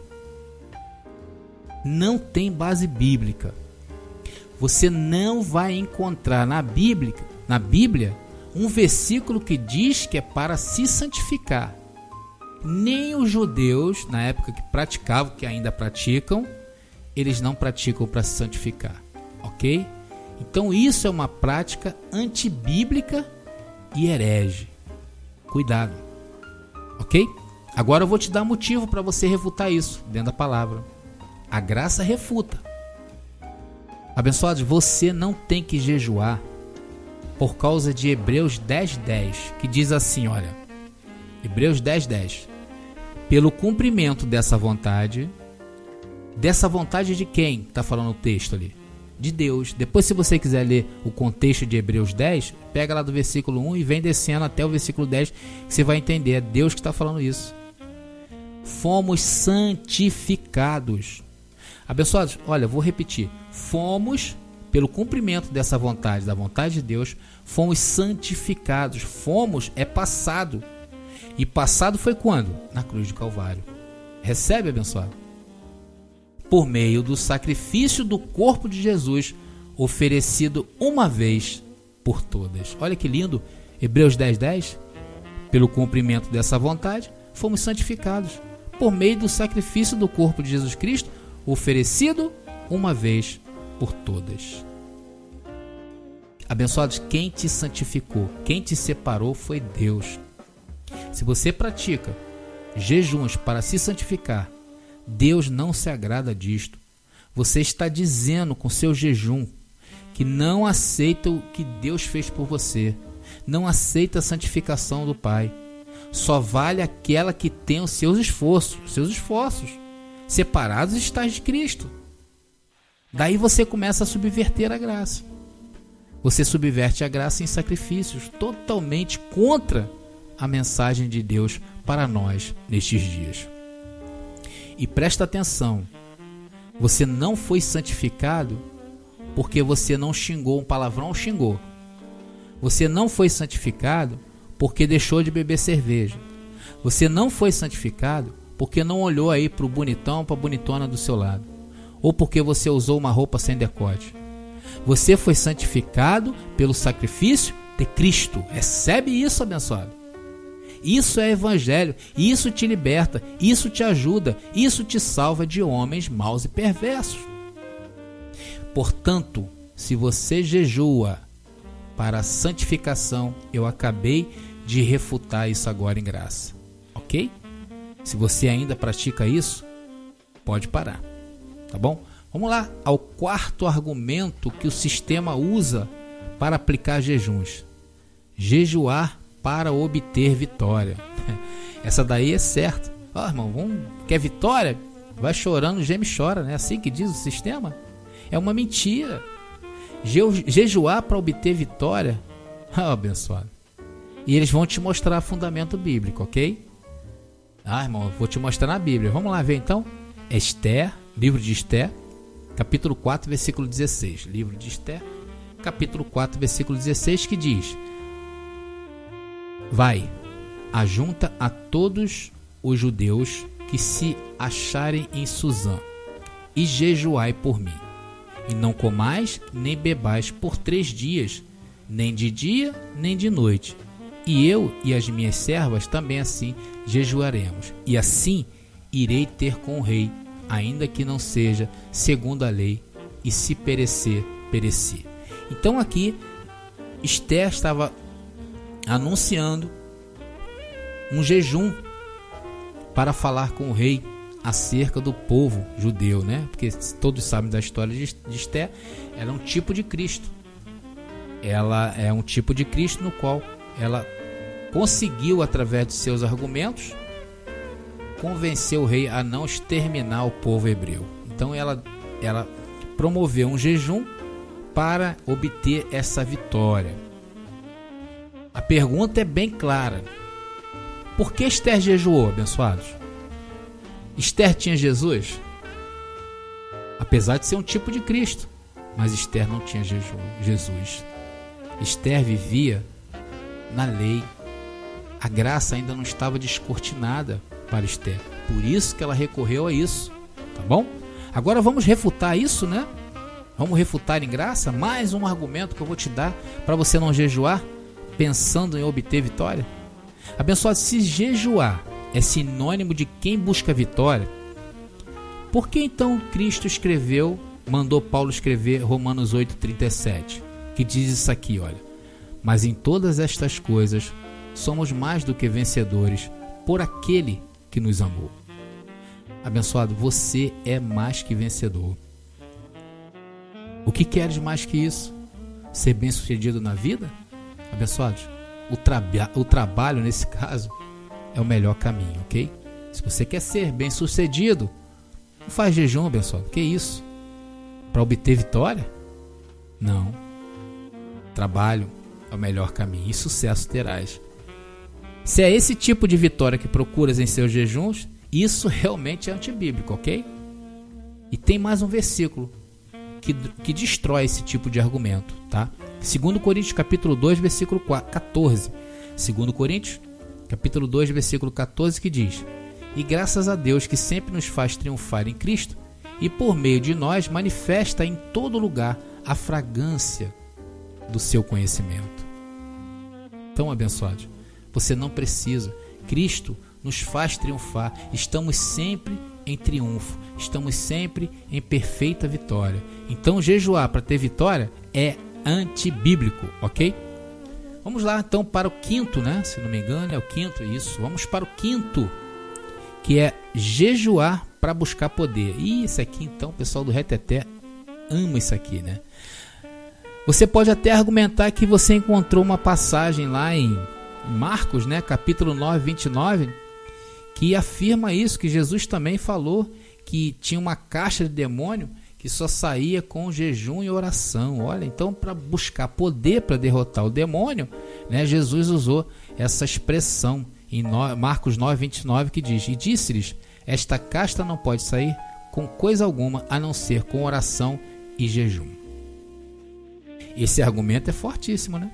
não tem base bíblica. Você não vai encontrar na Bíblia, na Bíblia um versículo que diz que é para se santificar. Nem os judeus, na época que praticavam, que ainda praticam, eles não praticam para se santificar, ok? Então isso é uma prática antibíblica e herege. Cuidado, ok? Agora eu vou te dar motivo para você refutar isso dentro da palavra. A graça refuta. Abençoados, você não tem que jejuar por causa de Hebreus dez, dez, que diz assim, olha, Hebreus dez, dez, pelo cumprimento dessa vontade, dessa vontade de quem está falando o texto ali? De Deus. Depois, se você quiser ler o contexto de Hebreus dez, pega lá do versículo um e vem descendo até o versículo dez, que você vai entender, é Deus que está falando isso. Fomos santificados. Abençoados, olha, vou repetir, fomos, pelo cumprimento dessa vontade, da vontade de Deus, fomos santificados. Fomos é passado. E passado foi quando? Na cruz do Calvário. Recebe, abençoado? Por meio do sacrifício do corpo de Jesus, oferecido uma vez por todas. Olha que lindo, Hebreus dez, dez. Pelo cumprimento dessa vontade, fomos santificados. Por meio do sacrifício do corpo de Jesus Cristo, oferecido uma vez por todas. Abençoados, quem te santificou, quem te separou foi Deus. Se você pratica jejuns para se santificar, Deus não se agrada disto. Você está dizendo com seu jejum que não aceita o que Deus fez por você, não aceita a santificação do Pai. Só vale aquela que tem os seus esforços, seus esforços. Separados estás de Cristo. Daí você começa a subverter a graça. Você subverte a graça em sacrifícios, totalmente contra a mensagem de Deus para nós nestes dias. E presta atenção, você não foi santificado porque você não xingou um palavrão ou xingou. Você não foi santificado porque deixou de beber cerveja. Você não foi santificado porque não olhou aí para o bonitão, para a bonitona do seu lado. Ou porque você usou uma roupa sem decote. Você foi santificado pelo sacrifício de Cristo. Recebe isso, abençoado. Isso é evangelho, isso te liberta, isso te ajuda, isso te salva de homens maus e perversos. Portanto, se você jejua para a santificação, eu acabei de refutar isso agora em graça, ok? Se você ainda pratica isso, pode parar, tá bom? Vamos lá ao quarto argumento que o sistema usa para aplicar jejuns: jejuar para obter vitória. Essa daí é certa. Ó, oh, irmão, vamos, quer vitória? Vai chorando, geme e chora, né? Assim que diz o sistema. É uma mentira. Je- jejuar para obter vitória, ah, oh, abençoado. E eles vão te mostrar fundamento bíblico, ok? Ah, irmão, eu vou te mostrar na Bíblia. Vamos lá ver então. Esther, livro de Esther, capítulo quatro, versículo dezesseis. Livro de Esther, capítulo quatro, versículo dezesseis, que diz: vai, ajunta a todos os judeus que se acharem em Suzã, e jejuai por mim. E não comais nem bebais por três dias, nem de dia nem de noite. E eu e as minhas servas também assim jejuaremos. E assim irei ter com o rei, ainda que não seja segundo a lei, e se perecer, pereci. Então aqui Esther estava anunciando um jejum para falar com o rei acerca do povo judeu, né? Porque todos sabem da história de Esther. Ela é um tipo de Cristo. Ela é um tipo de Cristo no qual ela conseguiu, através de seus argumentos, convencer o rei a não exterminar o povo hebreu. Então ela, ela promoveu um jejum para obter essa vitória. A pergunta é bem clara: por que Esther jejuou, abençoados? Esther tinha Jesus? Apesar de ser um tipo de Cristo, mas Esther não tinha Jesus. Esther vivia na lei. A graça ainda não estava descortinada para Esther. Por isso que ela recorreu a isso, tá bom? Agora vamos refutar isso, né? Vamos refutar em graça? Mais um argumento que eu vou te dar para você não jejuar, pensando em obter vitória. Abençoado, se jejuar é sinônimo de quem busca vitória, por que então Cristo escreveu, mandou Paulo escrever Romanos oito, trinta e sete, que diz isso aqui, olha: mas em todas estas coisas somos mais do que vencedores por aquele que nos amou. Abençoado, você é mais que vencedor. O que queres mais que isso? Ser bem-sucedido na vida? Abençoados, o, traba- o trabalho nesse caso é o melhor caminho, ok? Se você quer ser bem-sucedido, não faz jejum, abençoado. Que isso? Para obter vitória? Não. Trabalho é o melhor caminho e sucesso terás. Se é esse tipo de vitória que procuras em seus jejuns, isso realmente é antibíblico, ok? E tem mais um versículo que, que destrói esse tipo de argumento, tá? Segundo Coríntios capítulo dois, versículo quatorze. Segundo Coríntios capítulo dois, versículo quatorze, que diz: e graças a Deus que sempre nos faz triunfar em Cristo e por meio de nós manifesta em todo lugar a fragrância do seu conhecimento. Então, abençoados, você não precisa. Cristo nos faz triunfar. Estamos sempre em triunfo. Estamos sempre em perfeita vitória. Então, jejuar para ter vitória é antibíblico, ok? Vamos lá então para o quinto, né? Se não me engano é o quinto, isso. Vamos para o quinto, que é jejuar para buscar poder. E isso aqui então, o pessoal do Reteté ama isso aqui, né? Você pode até argumentar que você encontrou uma passagem lá em Marcos, né, capítulo nove, vinte e nove, que afirma isso, que Jesus também falou que tinha uma caixa de demônio que só saía com jejum e oração. Olha, então para buscar poder para derrotar o demônio, né, Jesus usou essa expressão em Marcos nove, vinte e nove, que diz: e disse-lhes, esta casta não pode sair com coisa alguma a não ser com oração e jejum. Esse argumento é fortíssimo, né?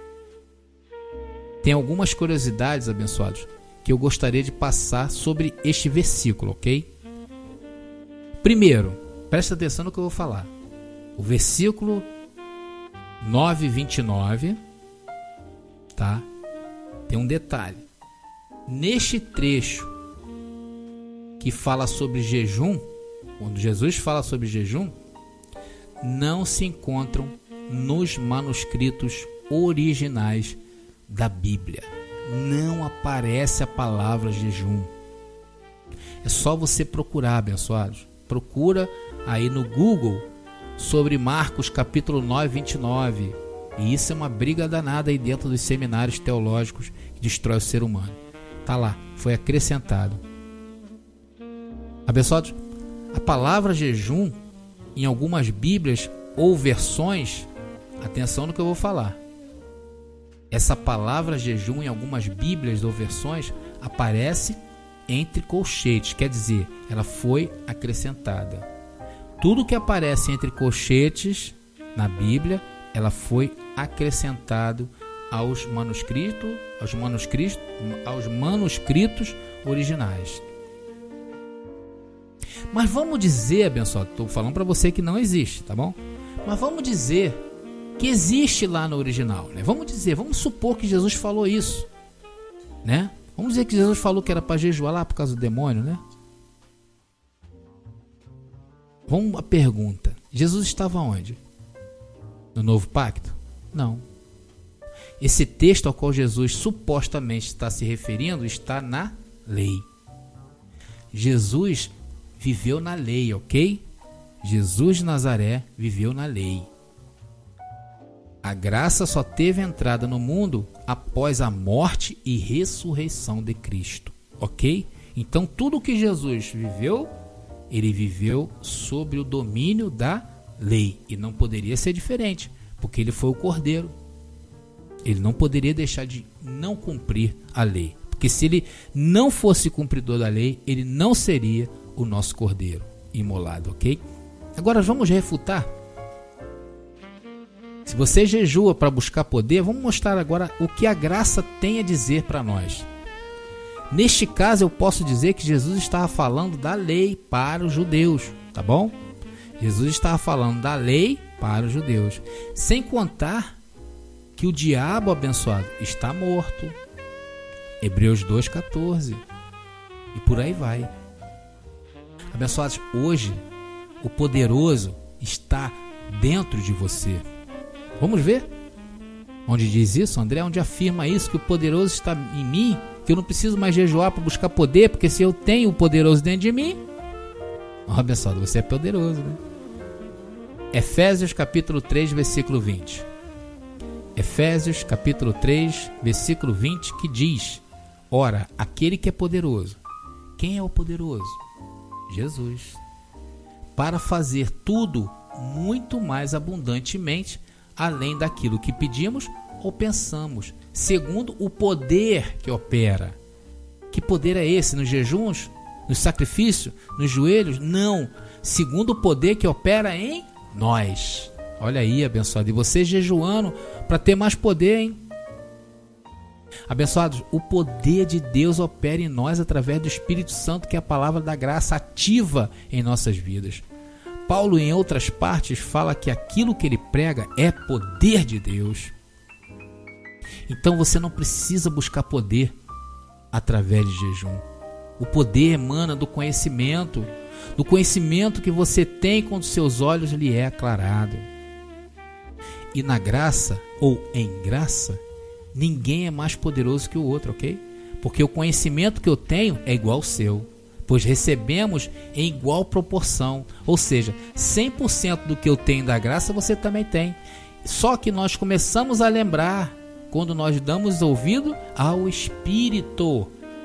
Tem algumas curiosidades, abençoados, que eu gostaria de passar sobre este versículo, ok? Primeiro, presta atenção no que eu vou falar. O versículo nove, vinte e nove, tá? Tem um detalhe. Neste trecho que fala sobre jejum, quando Jesus fala sobre jejum, não se encontram nos manuscritos originais da Bíblia. Não aparece a palavra jejum. É só você procurar, abençoados. Procura aí no Google sobre Marcos capítulo nove, vinte e nove. E isso é uma briga danada aí dentro dos seminários teológicos que destrói o ser humano. Tá lá, foi acrescentado. Abençoados, a palavra jejum em algumas Bíblias ou versões, atenção no que eu vou falar. Essa palavra jejum em algumas Bíblias ou versões aparece entre colchetes, quer dizer, ela foi acrescentada. Tudo que aparece entre colchetes na Bíblia, ela foi acrescentado aos manuscritos, aos manuscritos, aos manuscritos originais. Mas vamos dizer, abençoado, estou falando para você que não existe, tá bom? Mas vamos dizer que existe lá no original, né? Vamos dizer, vamos supor que Jesus falou isso, né? Vamos dizer que Jesus falou que era para jejuar lá por causa do demônio, né? Vamos à pergunta. Jesus estava onde? No Novo Pacto? Não. Esse texto ao qual Jesus supostamente está se referindo está na lei. Jesus viveu na lei, ok? Jesus de Nazaré viveu na lei. A graça só teve entrada no mundo após a morte e ressurreição de Cristo, ok? Então tudo que Jesus viveu, ele viveu sob o domínio da lei. E não poderia ser diferente, porque ele foi o Cordeiro. Ele não poderia deixar de não cumprir a lei. Porque se ele não fosse cumpridor da lei, ele não seria o nosso Cordeiro imolado, ok? Agora vamos refutar. Se você jejua para buscar poder, vamos mostrar agora o que a graça tem a dizer para nós. Neste caso, eu posso dizer que Jesus estava falando da lei para os judeus, tá bom? Jesus estava falando da lei para os judeus, sem contar que o diabo, abençoado, está morto. Hebreus dois, quatorze. E por aí vai. Abençoados, hoje o poderoso está dentro de você. Vamos ver? Onde diz isso, André? Onde afirma isso, que o poderoso está em mim, que eu não preciso mais jejuar para buscar poder, porque se eu tenho o poderoso dentro de mim, ó, abençoado, você é poderoso, né? Efésios capítulo três, versículo vinte. Efésios capítulo três, versículo vinte, que diz: ora, aquele que é poderoso. Quem é o poderoso? Jesus. Para fazer tudo muito mais abundantemente, além daquilo que pedimos ou pensamos, segundo o poder que opera. Que poder é esse? Nos jejuns? Nos sacrifícios? Nos joelhos? Não. Segundo o poder que opera em nós. Olha aí, abençoado. E você jejuando para ter mais poder, hein? Abençoados, o poder de Deus opera em nós através do Espírito Santo, que é a palavra da graça ativa em nossas vidas. Paulo, em outras partes, fala que aquilo que ele prega é poder de Deus. Então você não precisa buscar poder através de jejum. O poder emana do conhecimento, do conhecimento que você tem quando seus olhos lhe é aclarado. E na graça, ou em graça, ninguém é mais poderoso que o outro, ok? Porque o conhecimento que eu tenho é igual ao seu, pois recebemos em igual proporção. Ou seja, cem por cento do que eu tenho da graça você também tem. Só que nós começamos a lembrar quando nós damos ouvido ao Espírito.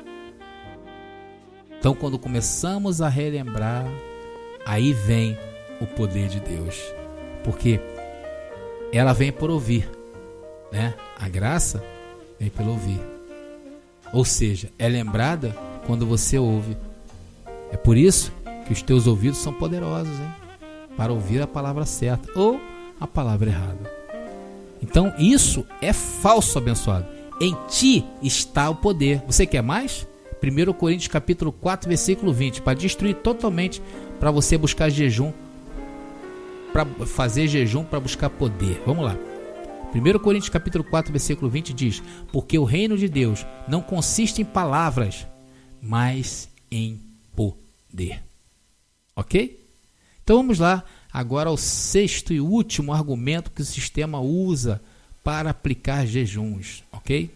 Então, quando começamos a relembrar, aí vem o poder de Deus, porque ela vem por ouvir, né? A graça vem pelo ouvir, ou seja, é lembrada quando você ouve. É por isso que os teus ouvidos são poderosos, hein? Para ouvir a palavra certa ou a palavra errada. Então isso é falso, abençoado. Em ti está o poder. Você quer mais? primeiro Coríntios capítulo quatro, versículo vinte, para destruir totalmente, para você buscar jejum, para fazer jejum, para buscar poder. Vamos lá. primeiro Coríntios capítulo quatro, versículo vinte diz: porque o reino de Deus não consiste em palavras, mas em poder. Ok? Então vamos lá agora ao sexto e último argumento que o sistema usa para aplicar jejuns, ok?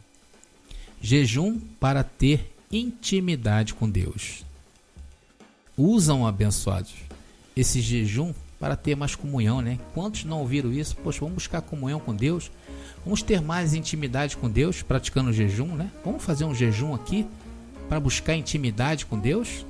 Jejum para ter intimidade com Deus. Usam, abençoados, esse jejum para ter mais comunhão, né? Quantos não ouviram isso? Poxa, vamos buscar comunhão com Deus, vamos ter mais intimidade com Deus praticando o jejum, né? Vamos fazer um jejum aqui para buscar intimidade com Deus?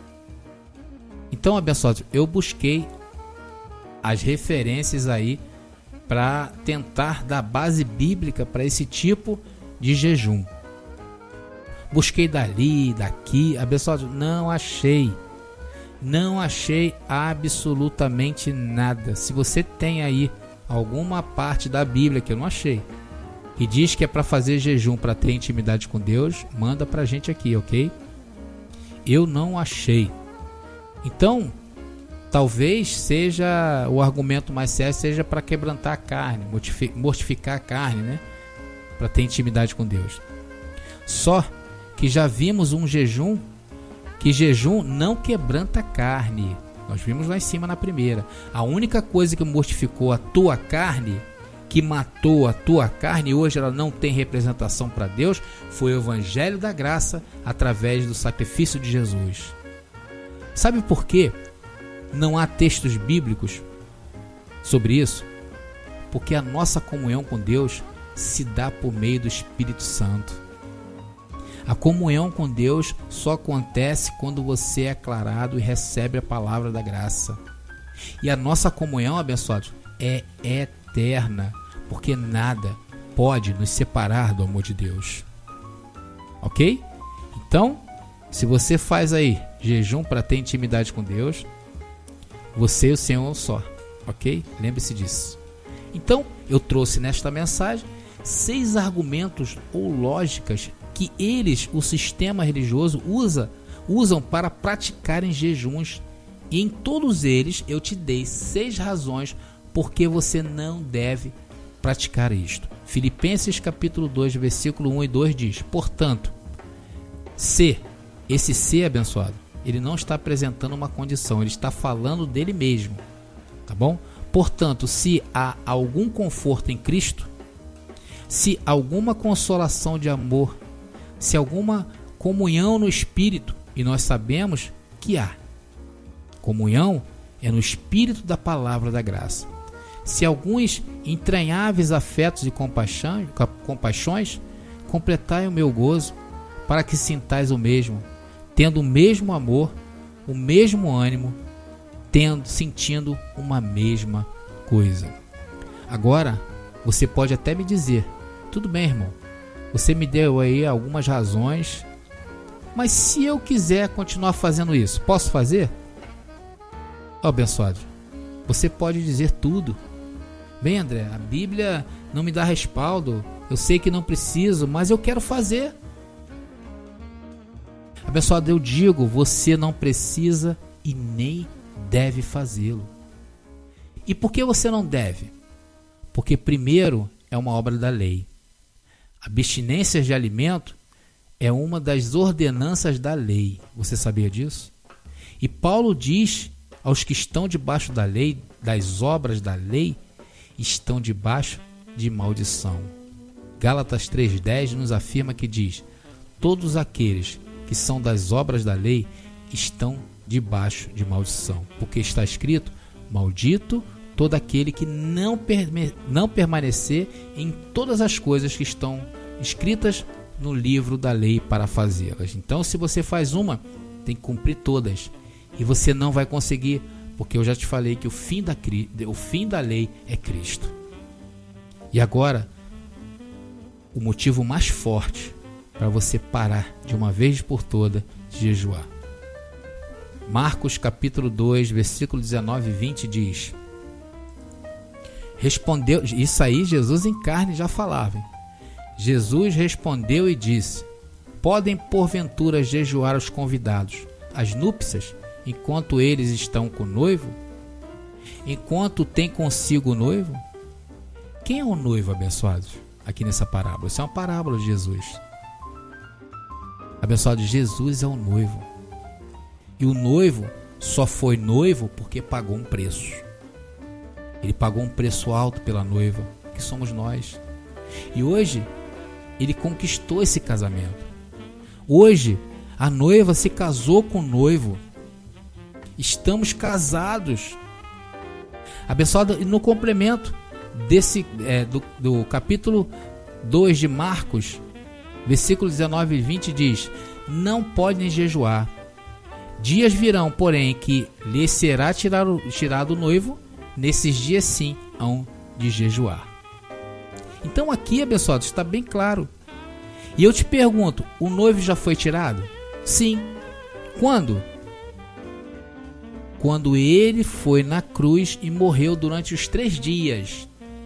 Então, abençoados, eu busquei as referências aí para tentar dar base bíblica para esse tipo de jejum. Busquei dali, daqui, abençoados, não achei. Não achei absolutamente nada. Se você tem aí alguma parte da Bíblia que eu não achei, que diz que é para fazer jejum para ter intimidade com Deus, manda para a gente aqui, ok? Eu não achei. Então, talvez seja o argumento mais sério, seja para quebrantar a carne, mortificar a carne, né? Para ter intimidade com Deus. Só que já vimos um jejum, que jejum não quebranta a carne. Nós vimos lá em cima na primeira. A única coisa que mortificou a tua carne, que matou a tua carne, e hoje ela não tem representação para Deus, foi o Evangelho da Graça através do sacrifício de Jesus. Sabe por quê? Não há textos bíblicos sobre isso? Porque a nossa comunhão com Deus se dá por meio do Espírito Santo. A comunhão com Deus só acontece quando você é aclarado e recebe a palavra da graça. E a nossa comunhão, abençoados, é eterna, porque nada pode nos separar do amor de Deus. Ok? Então, se você faz aí jejum para ter intimidade com Deus, você e o Senhor só, ok? Lembre-se disso. Então, eu trouxe nesta mensagem seis argumentos ou lógicas que eles, o sistema religioso, usa, usam para praticarem jejuns. E em todos eles eu te dei seis razões porque você não deve praticar isto. Filipenses capítulo dois, versículo um e dois diz: portanto, se, esse se abençoado, ele não está apresentando uma condição, ele está falando dele mesmo, tá bom? Portanto, se há algum conforto em Cristo, se alguma consolação de amor, se alguma comunhão no Espírito, e nós sabemos que há. Comunhão é no Espírito da palavra da graça. Se alguns entranháveis afetos e compaixão, compaixões, completai o meu gozo, para que sintais o mesmo, tendo o mesmo amor, o mesmo ânimo, tendo, sentindo uma mesma coisa. Agora, você pode até me dizer: tudo bem, irmão, você me deu aí algumas razões, mas se eu quiser continuar fazendo isso, posso fazer? Ó, abençoado, você pode dizer tudo. Bem, André, a Bíblia não me dá respaldo, eu sei que não preciso, mas eu quero fazer. Abençoado, eu digo, você não precisa e nem deve fazê-lo. E por que você não deve? Porque primeiro é uma obra da lei. Abstinência de alimento é uma das ordenanças da lei. Você sabia disso? E Paulo diz aos que estão debaixo da lei, das obras da lei, estão debaixo de maldição. Gálatas três dez nos afirma que diz: todos aqueles que são das obras da lei estão debaixo de maldição, porque está escrito: maldito todo aquele que não, perme- não permanecer em todas as coisas que estão escritas no livro da lei para fazê-las. Então, se você faz uma, tem que cumprir todas, e você não vai conseguir, porque eu já te falei que o fim da, o fim da lei é Cristo. E agora, o motivo mais forte para você parar de uma vez por toda de jejuar. Marcos capítulo dois, versículo dezenove e vinte diz: respondeu, isso aí Jesus em carne já falava, hein? Jesus respondeu e disse: podem porventura jejuar os convidados às núpcias, enquanto eles estão com o noivo? Enquanto tem consigo o noivo? Quem é o noivo, abençoados? Aqui nessa parábola, isso é uma parábola de Jesus. Abençoado, Jesus é o noivo. E o noivo só foi noivo porque pagou um preço. Ele pagou um preço alto pela noiva, que somos nós. E hoje, ele conquistou esse casamento. Hoje, a noiva se casou com o noivo. Estamos casados. Abençoado, e no complemento desse, é, do, do capítulo dois de Marcos, versículo dezenove e vinte diz: não podem jejuar. Dias virão, porém, que lhes será tirado, tirado o noivo, nesses dias sim hão de jejuar. Então aqui, abençoado, está bem claro. E eu te pergunto, o noivo já foi tirado? Sim. Quando? Quando ele foi na cruz e morreu durante os três dias.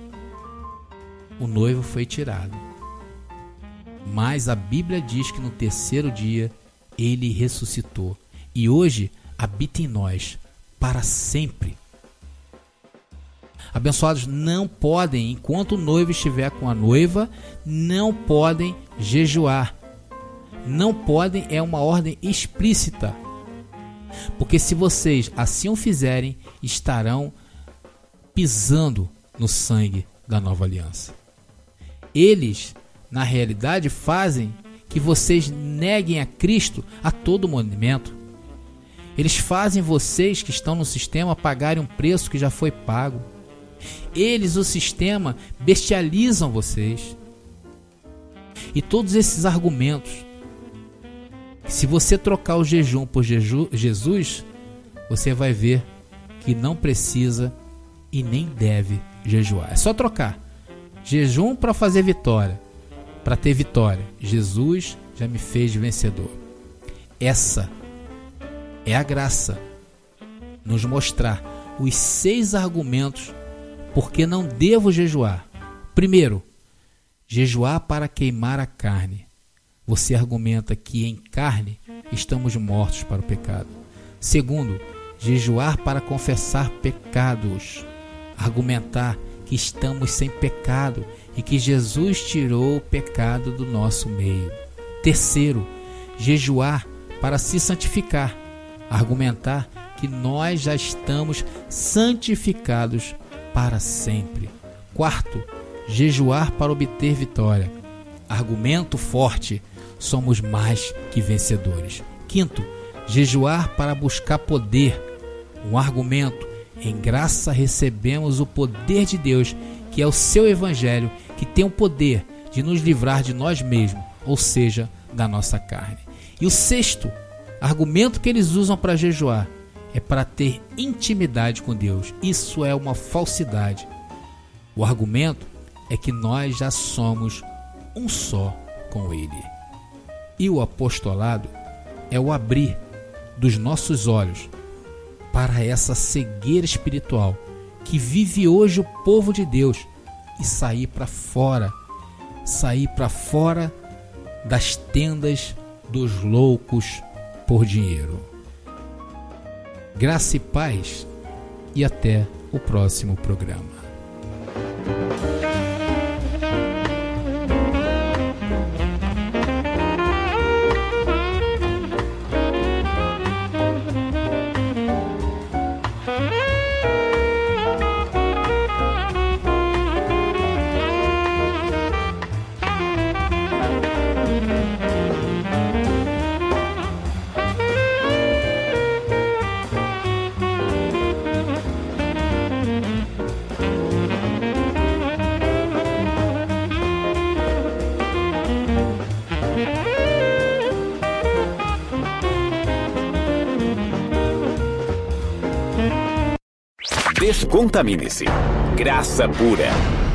O noivo foi tirado. Mas a Bíblia diz que no terceiro dia ele ressuscitou. E hoje habita em nós para sempre. Abençoados, não podem, enquanto o noivo estiver com a noiva, não podem jejuar. Não podem, é uma ordem explícita. Porque se vocês assim o fizerem, estarão pisando no sangue da nova aliança. Eles, na realidade, fazem que vocês neguem a Cristo a todo momento. Eles fazem vocês que estão no sistema pagarem um preço que já foi pago. Eles, o sistema, bestializam vocês. E todos esses argumentos, se você trocar o jejum por jeju, Jesus, você vai ver que não precisa e nem deve jejuar. É só trocar jejum para fazer vitória, para ter vitória. Jesus já me fez vencedor. Essa é a graça, nos mostrar os seis argumentos porque não devo jejuar. Primeiro, jejuar para queimar a carne. Você argumenta que em carne estamos mortos para o pecado. Segundo, jejuar para confessar pecados. Argumentar que estamos sem pecado e que Jesus tirou o pecado do nosso meio. Terceiro, jejuar para se santificar. Argumentar que nós já estamos santificados para sempre. Quarto, jejuar para obter vitória. Argumento forte, somos mais que vencedores. Quinto, jejuar para buscar poder. Um argumento, em graça recebemos o poder de Deus, que é o seu evangelho, que tem o poder de nos livrar de nós mesmos, ou seja, da nossa carne. E o sexto argumento que eles usam para jejuar é para ter intimidade com Deus. Isso é uma falsidade. O argumento é que nós já somos um só com Ele. E o apostolado é o abrir dos nossos olhos para essa cegueira espiritual que vive hoje o povo de Deus e sair para fora, sair para fora das tendas dos loucos por dinheiro. Graça e paz e até o próximo programa. Descontamine-se. Graça pura.